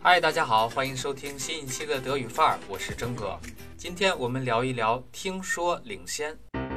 嗨，大家好，欢迎收听新一期的德语范儿，我是真哥。今天我们聊一聊听说领先。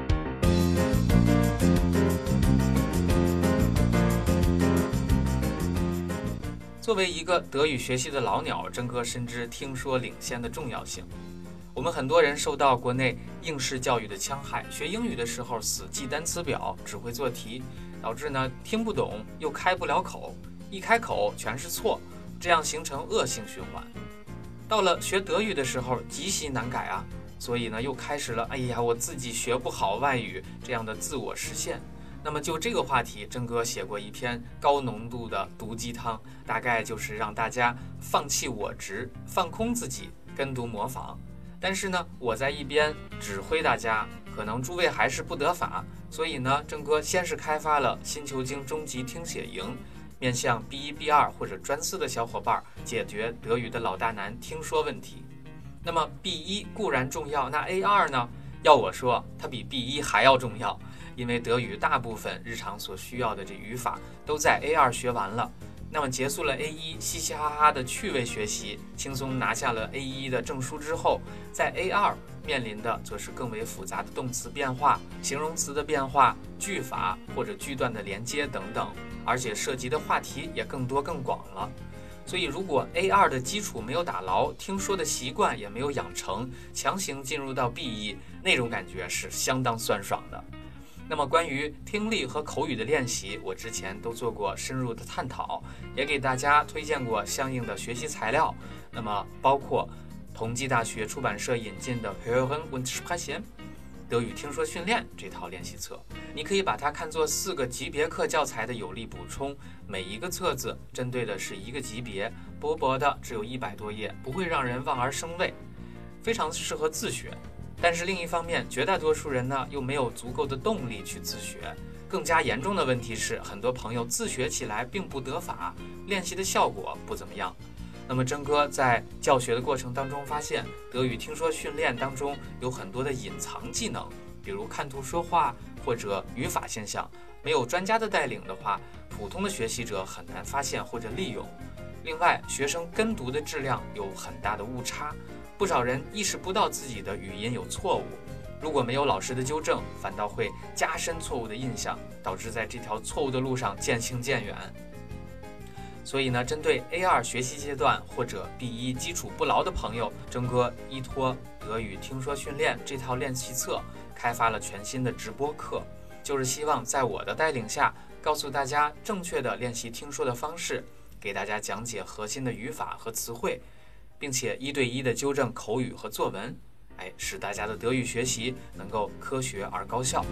作为一个德语学习的老鸟，真哥深知听说领先的重要性。我们很多人受到国内应试教育的戕害，学英语的时候死记单词表，只会做题，导致听不懂又开不了口，一开口全是错，这样形成恶性循环。到了学德语的时候极其难改啊，所以又开始了我自己学不好外语这样的自我实现。那么就这个话题，真哥写过一篇高浓度的毒鸡汤，大概就是让大家放弃我执，放空自己，跟读模仿。但是我在一边指挥大家，可能诸位还是不得法，所以真哥先是开发了新球经中级听写营，面向 B1、B2 或者专4的小伙伴解决德语的老大难听说问题。那么 B1 固然重要，那 A2 呢？要我说，它比 B1 还要重要，因为德语大部分日常所需要的这语法都在 A2 学完了。那么结束了 A1 嘻嘻哈哈的趣味学习，轻松拿下了 A1 的证书之后，在 A2 面临的则是更为复杂的动词变化、形容词的变化、句法或者句段的连接等等，而且涉及的话题也更多更广了。所以如果 A2 的基础没有打牢，听说的习惯也没有养成，强行进入到 B1，那种感觉是相当酸爽的。那么关于听力和口语的练习，我之前都做过深入的探讨，也给大家推荐过相应的学习材料。那么包括同济大学出版社引进的 Hören und Sprechen 德语听说训练这套练习册，你可以把它看作4个级别课教材的有力补充，每一个册子针对的是一个级别，薄薄的只有100多页，不会让人望而生畏，非常适合自学。但是另一方面，绝大多数人又没有足够的动力去自学。更加严重的问题是，很多朋友自学起来并不得法，练习的效果不怎么样。那么真哥在教学的过程当中发现，德语听说训练当中有很多的隐藏技能，比如看图说话或者语法现象，没有专家的带领的话，普通的学习者很难发现或者利用。另外，学生跟读的质量有很大的误差，不少人意识不到自己的语音有错误，如果没有老师的纠正，反倒会加深错误的印象，导致在这条错误的路上渐行渐远。所以针对 A2 学习阶段或者 B1 基础不牢的朋友，真哥依托德语听说训练这套练习册，开发了全新的直播课，就是希望在我的带领下，告诉大家正确的练习听说的方式，给大家讲解核心的语法和词汇，并且1对1的纠正口语和作文，使大家的德语学习能够科学而高效。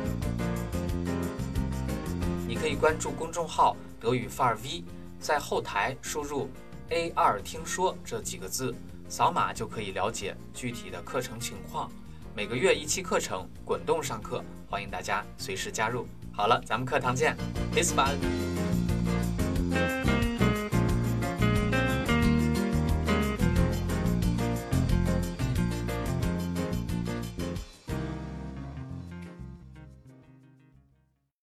你可以关注公众号德语范儿 V， 在后台输入 A2 听说这几个字，扫码就可以了解具体的课程情况。每个月1期课程，滚动上课，欢迎大家随时加入。好了，咱们课堂见， Bis bald。